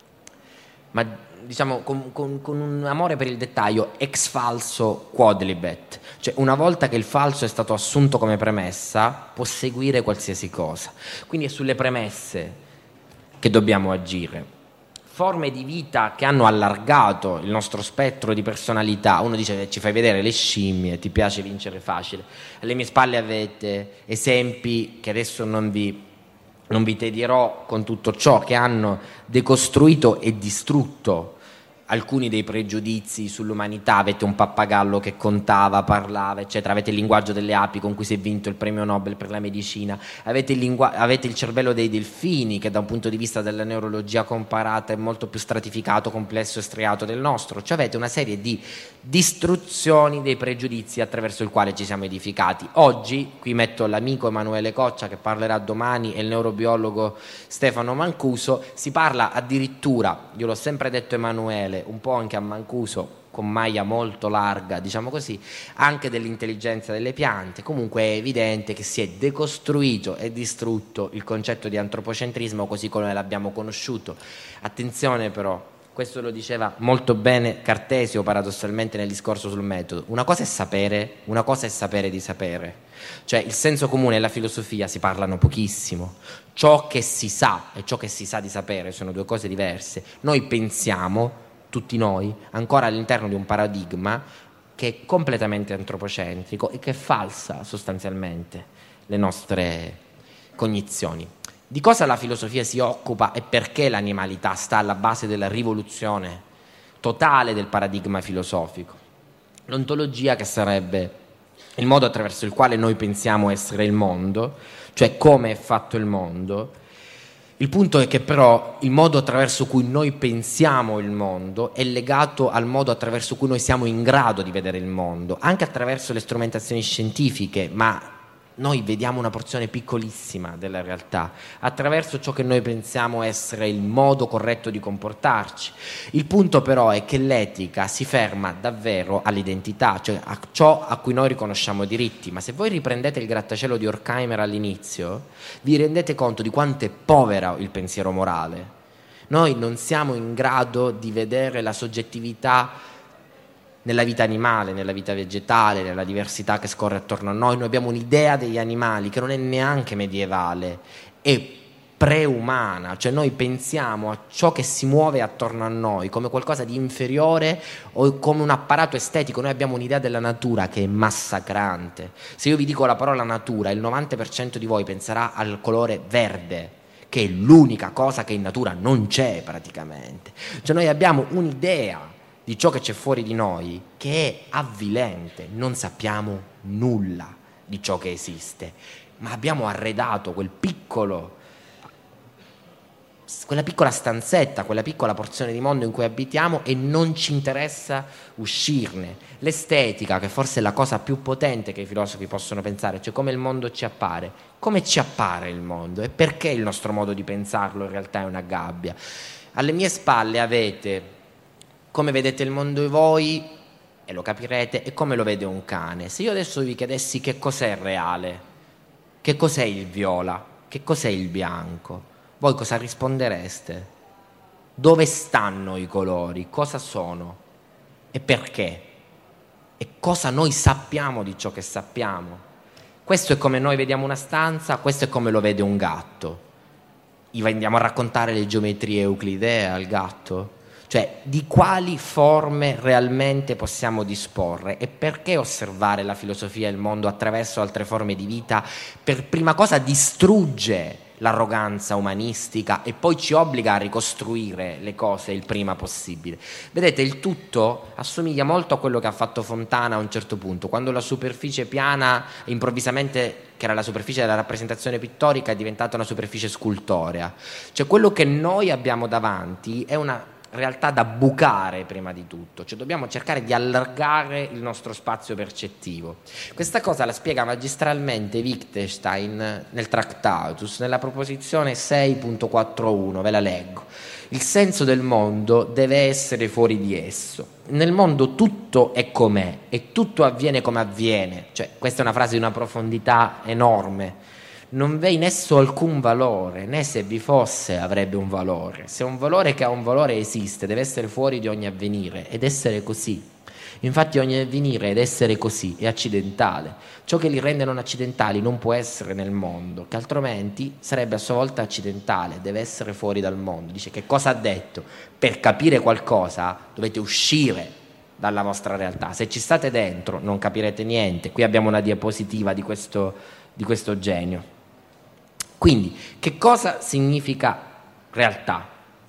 ma diciamo con, con, con un amore per il dettaglio, ex falso quodlibet, cioè una volta che il falso è stato assunto come premessa può seguire qualsiasi cosa. Quindi è sulle premesse che dobbiamo agire. forme di vita che hanno allargato il nostro spettro di personalità. Uno dice ci fai vedere le scimmie, ti piace vincere facile. Alle mie spalle avete esempi che adesso non vi, non vi tedierò con tutto ciò, che hanno decostruito e distrutto alcuni dei pregiudizi sull'umanità. Avete un pappagallo che contava, parlava, eccetera. Avete il linguaggio delle api con cui si è vinto il premio Nobel per la medicina. Avete il, lingua- avete il cervello dei delfini, che da un punto di vista della neurologia comparata è molto più stratificato, complesso e striato del nostro. Cioè avete una serie di distruzioni dei pregiudizi attraverso il quale ci siamo edificati. Oggi, qui metto l'amico Emanuele Coccia che parlerà domani e il neurobiologo Stefano Mancuso, si parla addirittura, io l'ho sempre detto Emanuele, un po' anche a Mancuso, con maglia molto larga, diciamo così, anche dell'intelligenza delle piante. Comunque è evidente che si è decostruito e distrutto il concetto di antropocentrismo così come l'abbiamo conosciuto. Attenzione però, questo lo diceva molto bene Cartesio paradossalmente nel discorso sul metodo: una cosa è sapere, una cosa è sapere di sapere. Cioè il senso comune e la filosofia si parlano pochissimo. Ciò che si sa e ciò che si sa di sapere sono due cose diverse. Noi pensiamo, tutti noi, ancora all'interno di un paradigma che è completamente antropocentrico e che falsa sostanzialmente le nostre cognizioni. Di cosa la filosofia si occupa e perché l'animalità sta alla base della rivoluzione totale del paradigma filosofico? L'ontologia, che sarebbe il modo attraverso il quale noi pensiamo essere il mondo, cioè come è fatto il mondo. Il punto è che però il modo attraverso cui noi pensiamo il mondo è legato al modo attraverso cui noi siamo in grado di vedere il mondo, anche attraverso le strumentazioni scientifiche, ma noi vediamo una porzione piccolissima della realtà attraverso ciò che noi pensiamo essere il modo corretto di comportarci. Il punto però è che l'etica si ferma davvero all'identità, cioè a ciò a cui noi riconosciamo diritti. Ma se voi riprendete il grattacielo di Horkheimer all'inizio, vi rendete conto di quanto è povera il pensiero morale. Noi non siamo in grado di vedere la soggettività nella vita animale, nella vita vegetale, nella diversità che scorre attorno a noi. Noi abbiamo un'idea degli animali che non è neanche medievale, è preumana, cioè noi pensiamo a ciò che si muove attorno a noi come qualcosa di inferiore o come un apparato estetico. Noi abbiamo un'idea della natura che è massacrante. Se io vi dico la parola natura, il novanta per cento di voi penserà al colore verde, che è l'unica cosa che in natura non c'è praticamente. Cioè noi abbiamo un'idea di ciò che c'è fuori di noi che è avvilente, non sappiamo nulla di ciò che esiste, ma abbiamo arredato quel piccolo, quella piccola stanzetta, quella piccola porzione di mondo in cui abitiamo e non ci interessa uscirne. L'estetica, che forse è la cosa più potente che i filosofi possono pensare, cioè come il mondo ci appare, come ci appare il mondo e perché il nostro modo di pensarlo in realtà è una gabbia. Alle mie spalle avete come vedete il mondo voi, e lo capirete, e come lo vede un cane. Se io adesso vi chiedessi che cos'è il reale, che cos'è il viola, che cos'è il bianco, voi cosa rispondereste? Dove stanno i colori? Cosa sono? E perché? E cosa noi sappiamo di ciò che sappiamo? Questo è come noi vediamo una stanza, questo è come lo vede un gatto. Gli andiamo a raccontare le geometrie euclidee al gatto? Cioè, di quali forme realmente possiamo disporre e perché osservare la filosofia e il mondo attraverso altre forme di vita per prima cosa distrugge l'arroganza umanistica e poi ci obbliga a ricostruire le cose il prima possibile. Vedete, il tutto assomiglia molto a quello che ha fatto Fontana a un certo punto, quando la superficie piana improvvisamente, che era la superficie della rappresentazione pittorica, è diventata una superficie scultorea. Cioè quello che noi abbiamo davanti è una realtà da bucare prima di tutto, cioè dobbiamo cercare di allargare il nostro spazio percettivo. Questa cosa la spiega magistralmente Wittgenstein nel Tractatus, nella proposizione sei punto quarantuno, ve la leggo. Il senso del mondo deve essere fuori di esso. Nel mondo tutto è com'è e tutto avviene come avviene, cioè questa è una frase di una profondità enorme. Non v'è in esso alcun valore, né se vi fosse avrebbe un valore. Se un valore che ha un valore esiste, deve essere fuori di ogni avvenire ed essere così. Infatti ogni avvenire ed essere così è accidentale. Ciò che li rende non accidentali non può essere nel mondo, che altrimenti sarebbe a sua volta accidentale, deve essere fuori dal mondo. Dice, che cosa ha detto? Per capire qualcosa dovete uscire dalla vostra realtà. Se ci state dentro non capirete niente. Qui abbiamo una diapositiva di questo, di questo genio. Quindi, che cosa significa realtà?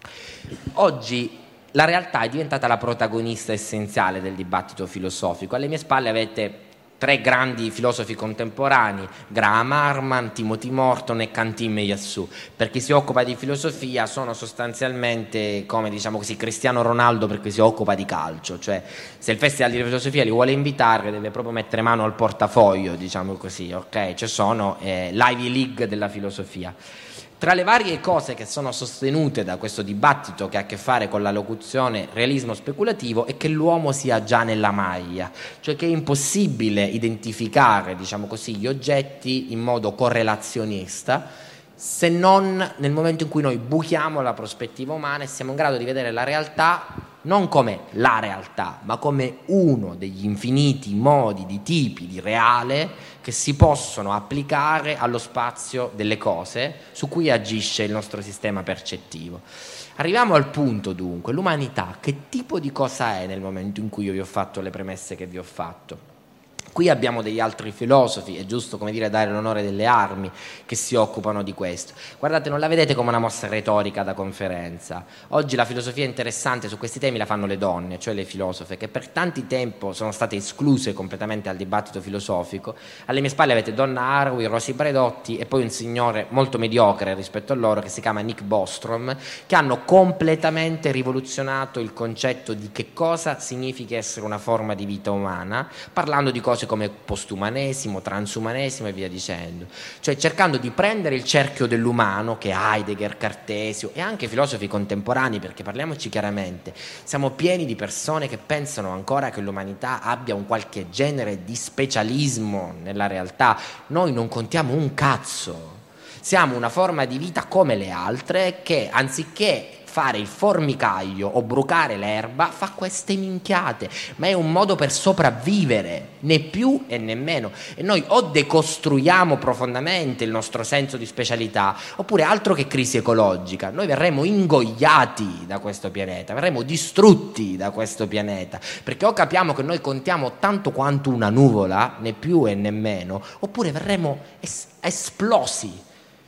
Oggi la realtà è diventata la protagonista essenziale del dibattito filosofico. Alle mie spalle avete tre grandi filosofi contemporanei, Graham Harman, Timothy Morton e Kantin Meyassou. Per chi si occupa di filosofia sono sostanzialmente come, diciamo così, Cristiano Ronaldo per chi si occupa di calcio, cioè se il festival di filosofia li vuole invitare deve proprio mettere mano al portafoglio, diciamo così, ok? Cioè sono eh, l'Ivy League della filosofia. Tra le varie cose che sono sostenute da questo dibattito che ha a che fare con la locuzione realismo speculativo è che l'uomo sia già nella maglia, cioè che è impossibile identificare, diciamo così, gli oggetti in modo correlazionista se non nel momento in cui noi buchiamo la prospettiva umana e siamo in grado di vedere la realtà non come la realtà, ma come uno degli infiniti modi, di tipi di reale che si possono applicare allo spazio delle cose su cui agisce il nostro sistema percettivo. Arriviamo al punto dunque, l'umanità che tipo di cosa è nel momento in cui io vi ho fatto le premesse che vi ho fatto? Qui abbiamo degli altri filosofi, è giusto come dire dare l'onore delle armi, che si occupano di questo. Guardate, non la vedete come una mossa retorica da conferenza. Oggi la filosofia interessante su questi temi la fanno le donne, cioè le filosofe, che per tanti tempo sono state escluse completamente dal dibattito filosofico. Alle mie spalle avete Donna Haraway, Rosi Braidotti e poi un signore molto mediocre rispetto a loro che si chiama Nick Bostrom, che hanno completamente rivoluzionato il concetto di che cosa significa essere una forma di vita umana, parlando di cose come postumanesimo, transumanesimo e via dicendo, cioè cercando di prendere il cerchio dell'umano che Heidegger, Cartesio e anche filosofi contemporanei, perché parliamoci chiaramente, siamo pieni di persone che pensano ancora che l'umanità abbia un qualche genere di specialismo nella realtà. Noi non contiamo un cazzo, siamo una forma di vita come le altre che anziché fare il formicaio o brucare l'erba fa queste minchiate, ma è un modo per sopravvivere, né più e né meno. E noi o decostruiamo profondamente il nostro senso di specialità, oppure altro che crisi ecologica, noi verremo ingoiati da questo pianeta, verremo distrutti da questo pianeta, perché o capiamo che noi contiamo tanto quanto una nuvola, né più e né meno, oppure verremo es- esplosi,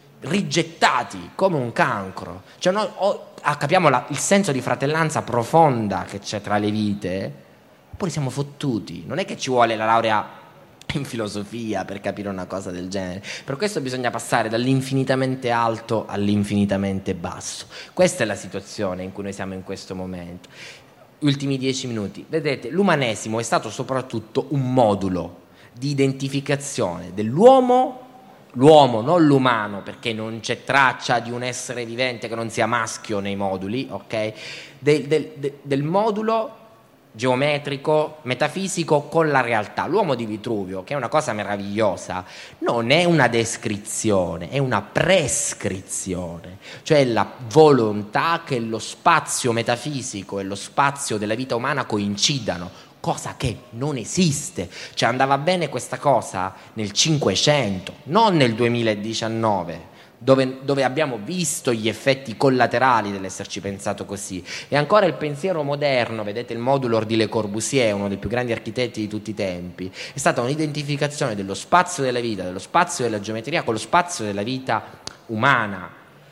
rigettati come un cancro. Cioè noi o capiamo la, il senso di fratellanza profonda che c'è tra le vite, oppure siamo fottuti. Non è che ci vuole la laurea in filosofia per capire una cosa del genere. Per questo bisogna passare dall'infinitamente alto all'infinitamente basso. Questa è la situazione in cui noi siamo in questo momento. Ultimi dieci minuti. Vedete, l'umanesimo è stato soprattutto un modulo di identificazione dell'uomo, l'uomo, non l'umano, perché non c'è traccia di un essere vivente che non sia maschio nei moduli, ok? Del, del, del modulo geometrico, metafisico con la realtà. L'uomo di Vitruvio, che è una cosa meravigliosa, non è una descrizione, è una prescrizione, cioè la volontà che lo spazio metafisico e lo spazio della vita umana coincidano, cosa che non esiste. Cioè andava bene questa cosa nel Cinquecento, non nel duemiladiciannove, dove, dove abbiamo visto gli effetti collaterali dell'esserci pensato così. E ancora il pensiero moderno, vedete il modulo di Le Corbusier, uno dei più grandi architetti di tutti i tempi, è stata un'identificazione dello spazio della vita, dello spazio della geometria con lo spazio della vita umana.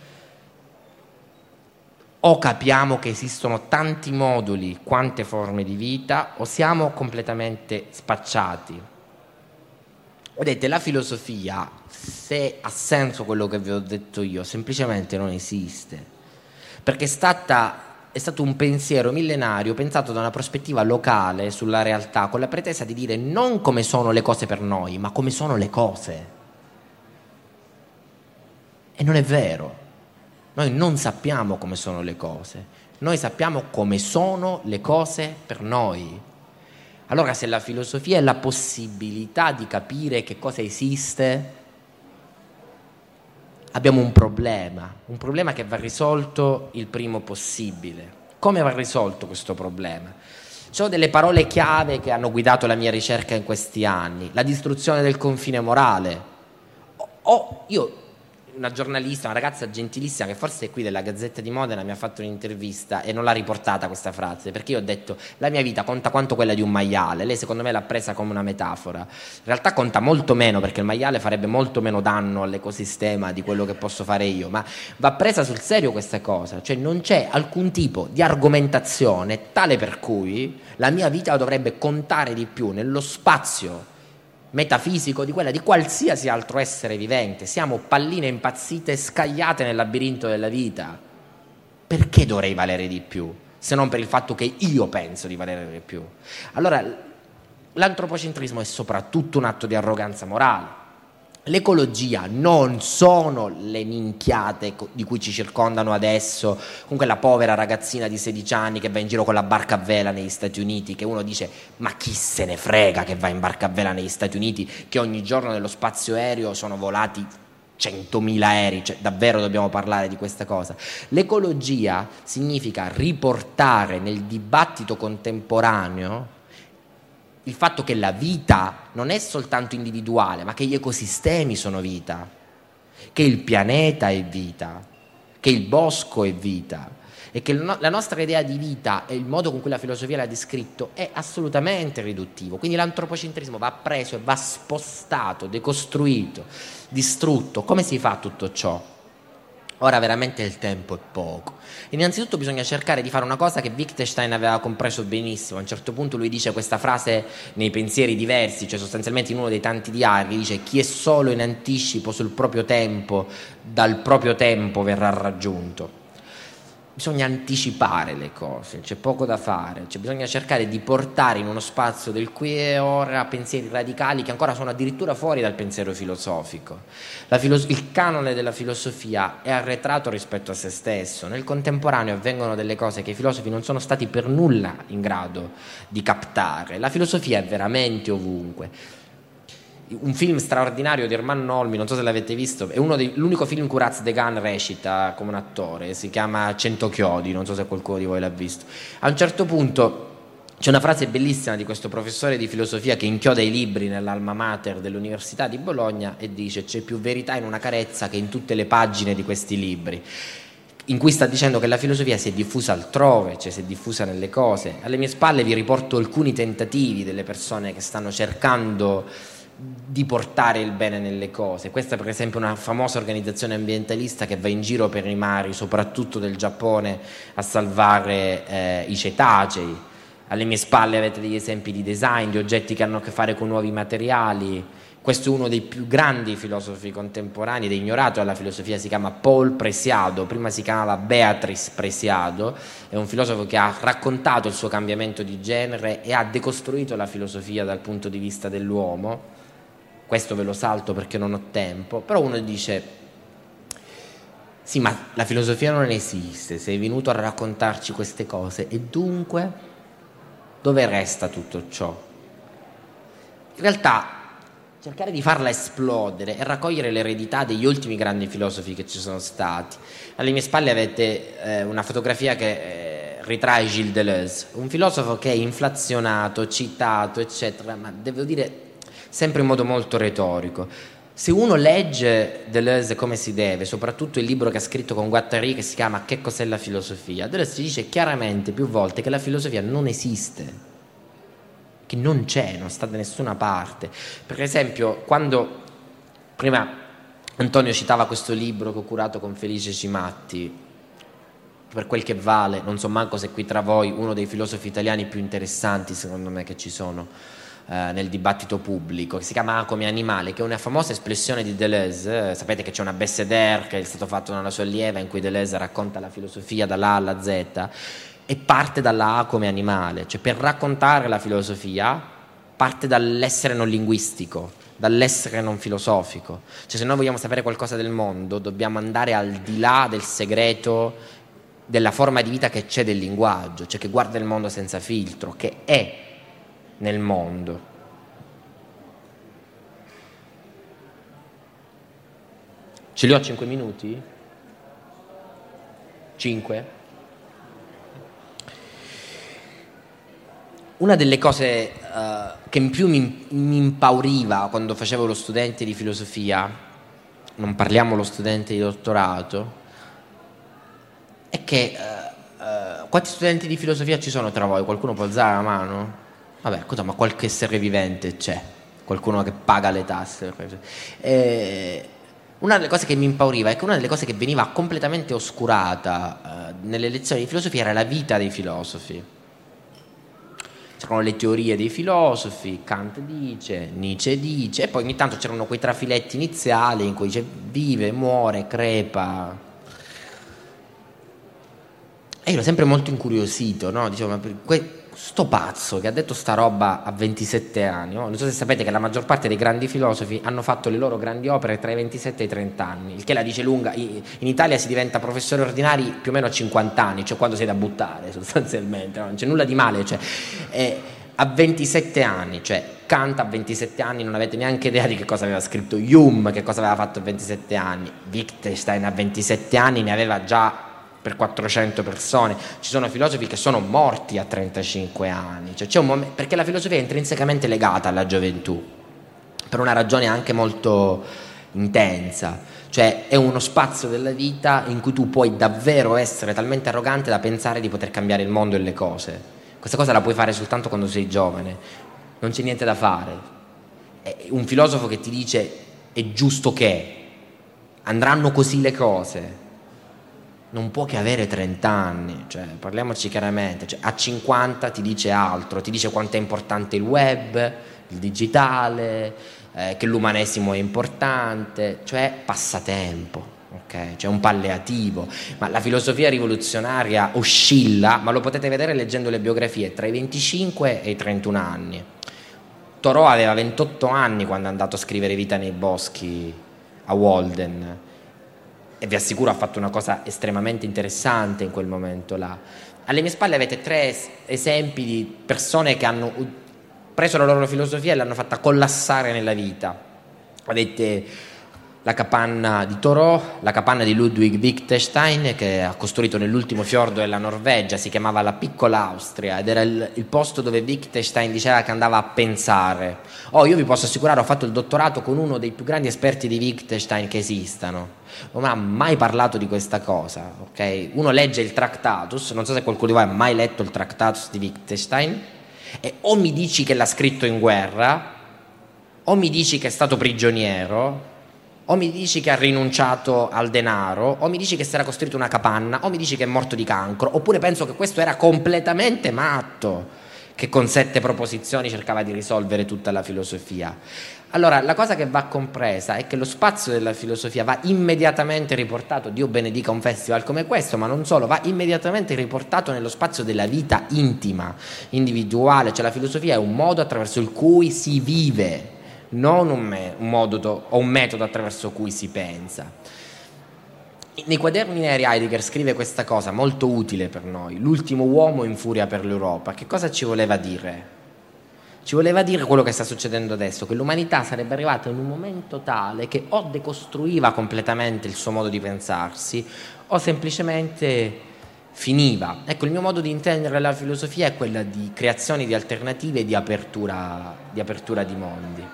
O capiamo che esistono tanti moduli, quante forme di vita, o siamo completamente spacciati. Vedete, la filosofia, se ha senso quello che vi ho detto io, semplicemente non esiste, perché è stata, è stato un pensiero millenario pensato da una prospettiva locale sulla realtà, con la pretesa di dire non come sono le cose per noi, ma come sono le cose. E non è vero. Noi non sappiamo come sono le cose, noi sappiamo come sono le cose per noi. Allora, se la filosofia è la possibilità di capire che cosa esiste, abbiamo un problema, un problema che va risolto il primo possibile. Come va risolto questo problema? C'ho delle parole chiave che hanno guidato la mia ricerca in questi anni: la distruzione del confine morale. O, o io, una giornalista, una ragazza gentilissima che forse è qui della Gazzetta di Modena, mi ha fatto un'intervista e non l'ha riportata questa frase, perché io ho detto la mia vita conta quanto quella di un maiale. Lei secondo me l'ha presa come una metafora. In realtà conta molto meno, perché il maiale farebbe molto meno danno all'ecosistema di quello che posso fare io, ma va presa sul serio questa cosa. Cioè non c'è alcun tipo di argomentazione tale per cui la mia vita dovrebbe contare di più nello spazio metafisico di quella di qualsiasi altro essere vivente. Siamo palline impazzite scagliate nel labirinto della vita. Perché dovrei valere di più, se non per il fatto che io penso di valere di più? Allora l'antropocentrismo è soprattutto un atto di arroganza morale. L'ecologia non sono le minchiate di cui ci circondano adesso, con quella povera ragazzina di sedici anni che va in giro con la barca a vela negli Stati Uniti, che uno dice ma chi se ne frega che va in barca a vela negli Stati Uniti, che ogni giorno nello spazio aereo sono volati centomila aerei. Cioè, davvero dobbiamo parlare di questa cosa? L'ecologia significa riportare nel dibattito contemporaneo il fatto che la vita non è soltanto individuale, ma che gli ecosistemi sono vita, che il pianeta è vita, che il bosco è vita, e che la nostra idea di vita e il modo con cui la filosofia l'ha descritto è assolutamente riduttivo. Quindi l'antropocentrismo va preso e va spostato, decostruito, distrutto. Come si fa tutto ciò? Ora veramente il tempo è poco. Innanzitutto bisogna cercare di fare una cosa che Wittgenstein aveva compreso benissimo. A un certo punto lui dice questa frase nei pensieri diversi, cioè sostanzialmente in uno dei tanti diari, dice: chi è solo in anticipo sul proprio tempo, dal proprio tempo verrà raggiunto. Bisogna anticipare le cose, c'è poco da fare, cioè bisogna cercare di portare in uno spazio del qui e ora pensieri radicali che ancora sono addirittura fuori dal pensiero filosofico. La filos- il canone della filosofia è arretrato rispetto a se stesso. Nel contemporaneo avvengono delle cose che i filosofi non sono stati per nulla in grado di captare. La filosofia è veramente ovunque. Un film straordinario di Ermanno Olmi, non so se l'avete visto, è uno dei, l'unico film in cui Raz de Gan recita come un attore, si chiama Cento chiodi, non so se qualcuno di voi l'ha visto. A un certo punto c'è una frase bellissima di questo professore di filosofia che inchioda i libri nell'alma mater dell'Università di Bologna e dice: c'è più verità in una carezza che in tutte le pagine di questi libri, in cui sta dicendo che la filosofia si è diffusa altrove, cioè si è diffusa nelle cose. Alle mie spalle vi riporto alcuni tentativi delle persone che stanno cercando di portare il bene nelle cose. Questa per esempio è una famosa organizzazione ambientalista che va in giro per i mari, soprattutto del Giappone, a salvare eh, i cetacei. Alle mie spalle avete degli esempi di design, di oggetti che hanno a che fare con nuovi materiali. Questo è uno dei più grandi filosofi contemporanei ed è ignorato dalla filosofia, si chiama Paul Preciado, prima si chiamava Beatrice Preciado, è un filosofo che ha raccontato il suo cambiamento di genere e ha decostruito la filosofia dal punto di vista dell'uomo. Questo ve lo salto perché non ho tempo, però uno dice: sì, ma la filosofia non esiste, sei venuto a raccontarci queste cose e dunque dove resta tutto ciò? In realtà cercare di farla esplodere e raccogliere l'eredità degli ultimi grandi filosofi che ci sono stati. Alle mie spalle avete eh, una fotografia che eh, ritrae Gilles Deleuze, un filosofo che è inflazionato, citato, eccetera, ma devo dire sempre in modo molto retorico. Se uno legge Deleuze come si deve, soprattutto il libro che ha scritto con Guattari che si chiama Che cos'è la filosofia, Deleuze ci dice chiaramente più volte che la filosofia non esiste, che non c'è, non sta da nessuna parte. Per esempio, quando prima Antonio citava questo libro che ho curato con Felice Cimatti, per quel che vale, non so manco se qui tra voi uno dei filosofi italiani più interessanti secondo me che ci sono eh, nel dibattito pubblico, che si chiama Come animale, che è una famosa espressione di Deleuze. Eh, sapete che c'è una Besséder che è stato fatto nella sua allieva in cui Deleuze racconta la filosofia dalla A alla Z e parte dalla A come animale, cioè per raccontare la filosofia parte dall'essere non linguistico, dall'essere non filosofico. Cioè se noi vogliamo sapere qualcosa del mondo dobbiamo andare al di là del segreto della forma di vita che c'è del linguaggio, cioè che guarda il mondo senza filtro, che è nel mondo. Ce li ho cinque minuti? Cinque? Una delle cose uh, che in più mi, mi impauriva quando facevo lo studente di filosofia, non parliamo lo studente di dottorato, è che uh, uh, quanti studenti di filosofia ci sono tra voi? Qualcuno può alzare la mano? Vabbè, scusa, ma qualche essere vivente c'è, qualcuno che paga le tasse. E una delle cose che mi impauriva è che una delle cose che veniva completamente oscurata uh, nelle lezioni di filosofia era la vita dei filosofi. C'erano le teorie dei filosofi, Kant dice, Nietzsche dice, e poi ogni tanto c'erano quei trafiletti iniziali in cui dice vive, muore, crepa. E io ero sempre molto incuriosito, no? Dicevo, ma que- sto pazzo che ha detto sta roba a ventisette anni, no? Non so se sapete che la maggior parte dei grandi filosofi hanno fatto le loro grandi opere tra i ventisette e i trenta anni, il che la dice lunga. In Italia si diventa professori ordinari più o meno a cinquanta anni, cioè quando sei da buttare sostanzialmente, no? Non c'è nulla di male, cioè, eh, a ventisette anni, cioè Kant a ventisette anni non avete neanche idea di che cosa aveva scritto, Hume che cosa aveva fatto a ventisette anni, Wittgenstein a ventisette anni ne aveva già per quattrocento persone. Ci sono filosofi che sono morti a trentacinque anni, cioè c'è un momento, perché la filosofia è intrinsecamente legata alla gioventù per una ragione anche molto intensa, cioè è uno spazio della vita in cui tu puoi davvero essere talmente arrogante da pensare di poter cambiare il mondo e le cose. Questa cosa la puoi fare soltanto quando sei giovane, non c'è niente da fare. È un filosofo che ti dice è giusto che andranno così le cose non può che avere trenta anni, cioè, parliamoci chiaramente, cioè, a cinquanta ti dice altro, ti dice quanto è importante il web, il digitale, eh, che l'umanesimo è importante, cioè passatempo, ok? Cioè un palliativo. Ma la filosofia rivoluzionaria oscilla, ma lo potete vedere leggendo le biografie, tra i venticinque e i trentuno anni. Thoreau aveva ventotto anni quando è andato a scrivere Vita nei boschi a Walden, e vi assicuro ha fatto una cosa estremamente interessante in quel momento là. Alle mie spalle avete tre esempi di persone che hanno preso la loro filosofia e l'hanno fatta collassare nella vita. Avete la capanna di Thoreau, la capanna di Ludwig Wittgenstein che ha costruito nell'ultimo fiordo della Norvegia, si chiamava la Piccola Austria ed era il, il posto dove Wittgenstein diceva che andava a pensare. Oh, io vi posso assicurare, ho fatto il dottorato con uno dei più grandi esperti di Wittgenstein che esistano, non ha mai parlato di questa cosa, ok? Uno legge il Tractatus, non so se qualcuno di voi ha mai letto il Tractatus di Wittgenstein, e o mi dici che l'ha scritto in guerra, o mi dici che è stato prigioniero, o mi dici che ha rinunciato al denaro, o mi dici che si era costruito una capanna, o mi dici che è morto di cancro, oppure penso che questo era completamente matto, che con sette proposizioni cercava di risolvere tutta la filosofia. Allora, la cosa che va compresa è che lo spazio della filosofia va immediatamente riportato, Dio benedica un festival come questo, ma non solo, va immediatamente riportato nello spazio della vita intima, individuale, cioè la filosofia è un modo attraverso il cui si vive, non un, me, un modo o un metodo attraverso cui si pensa. Nei quaderni neri Heidegger scrive questa cosa molto utile per noi: l'ultimo uomo in furia per l'Europa. Che cosa ci voleva dire? Ci voleva dire quello che sta succedendo adesso, che l'umanità sarebbe arrivata in un momento tale che o decostruiva completamente il suo modo di pensarsi o semplicemente finiva. Ecco, il mio modo di intendere la filosofia è quella di creazione di alternative e di apertura, di apertura di mondi.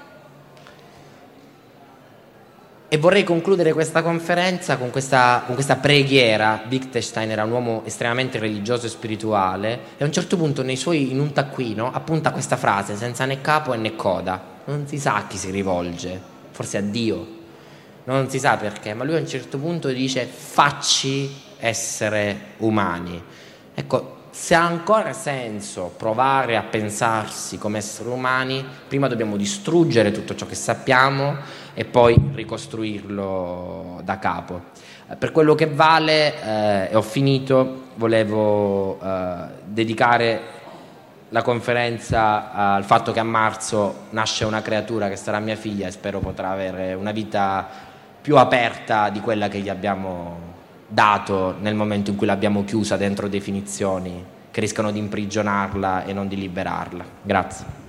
E vorrei concludere questa conferenza con questa, con questa preghiera. Wittgenstein era un uomo estremamente religioso e spirituale e a un certo punto nei suoi, in un taccuino appunta questa frase senza né capo né coda. Non si sa a chi si rivolge, forse a Dio, non si sa perché, ma lui a un certo punto dice: facci essere umani. Ecco, se ha ancora senso provare a pensarsi come esseri umani, prima dobbiamo distruggere tutto ciò che sappiamo e poi ricostruirlo da capo. Per quello che vale, eh, e ho finito, volevo eh, dedicare la conferenza al fatto che a marzo nasce una creatura che sarà mia figlia e spero potrà avere una vita più aperta di quella che gli abbiamo dato nel momento in cui l'abbiamo chiusa dentro definizioni che rischiano di imprigionarla e non di liberarla. Grazie.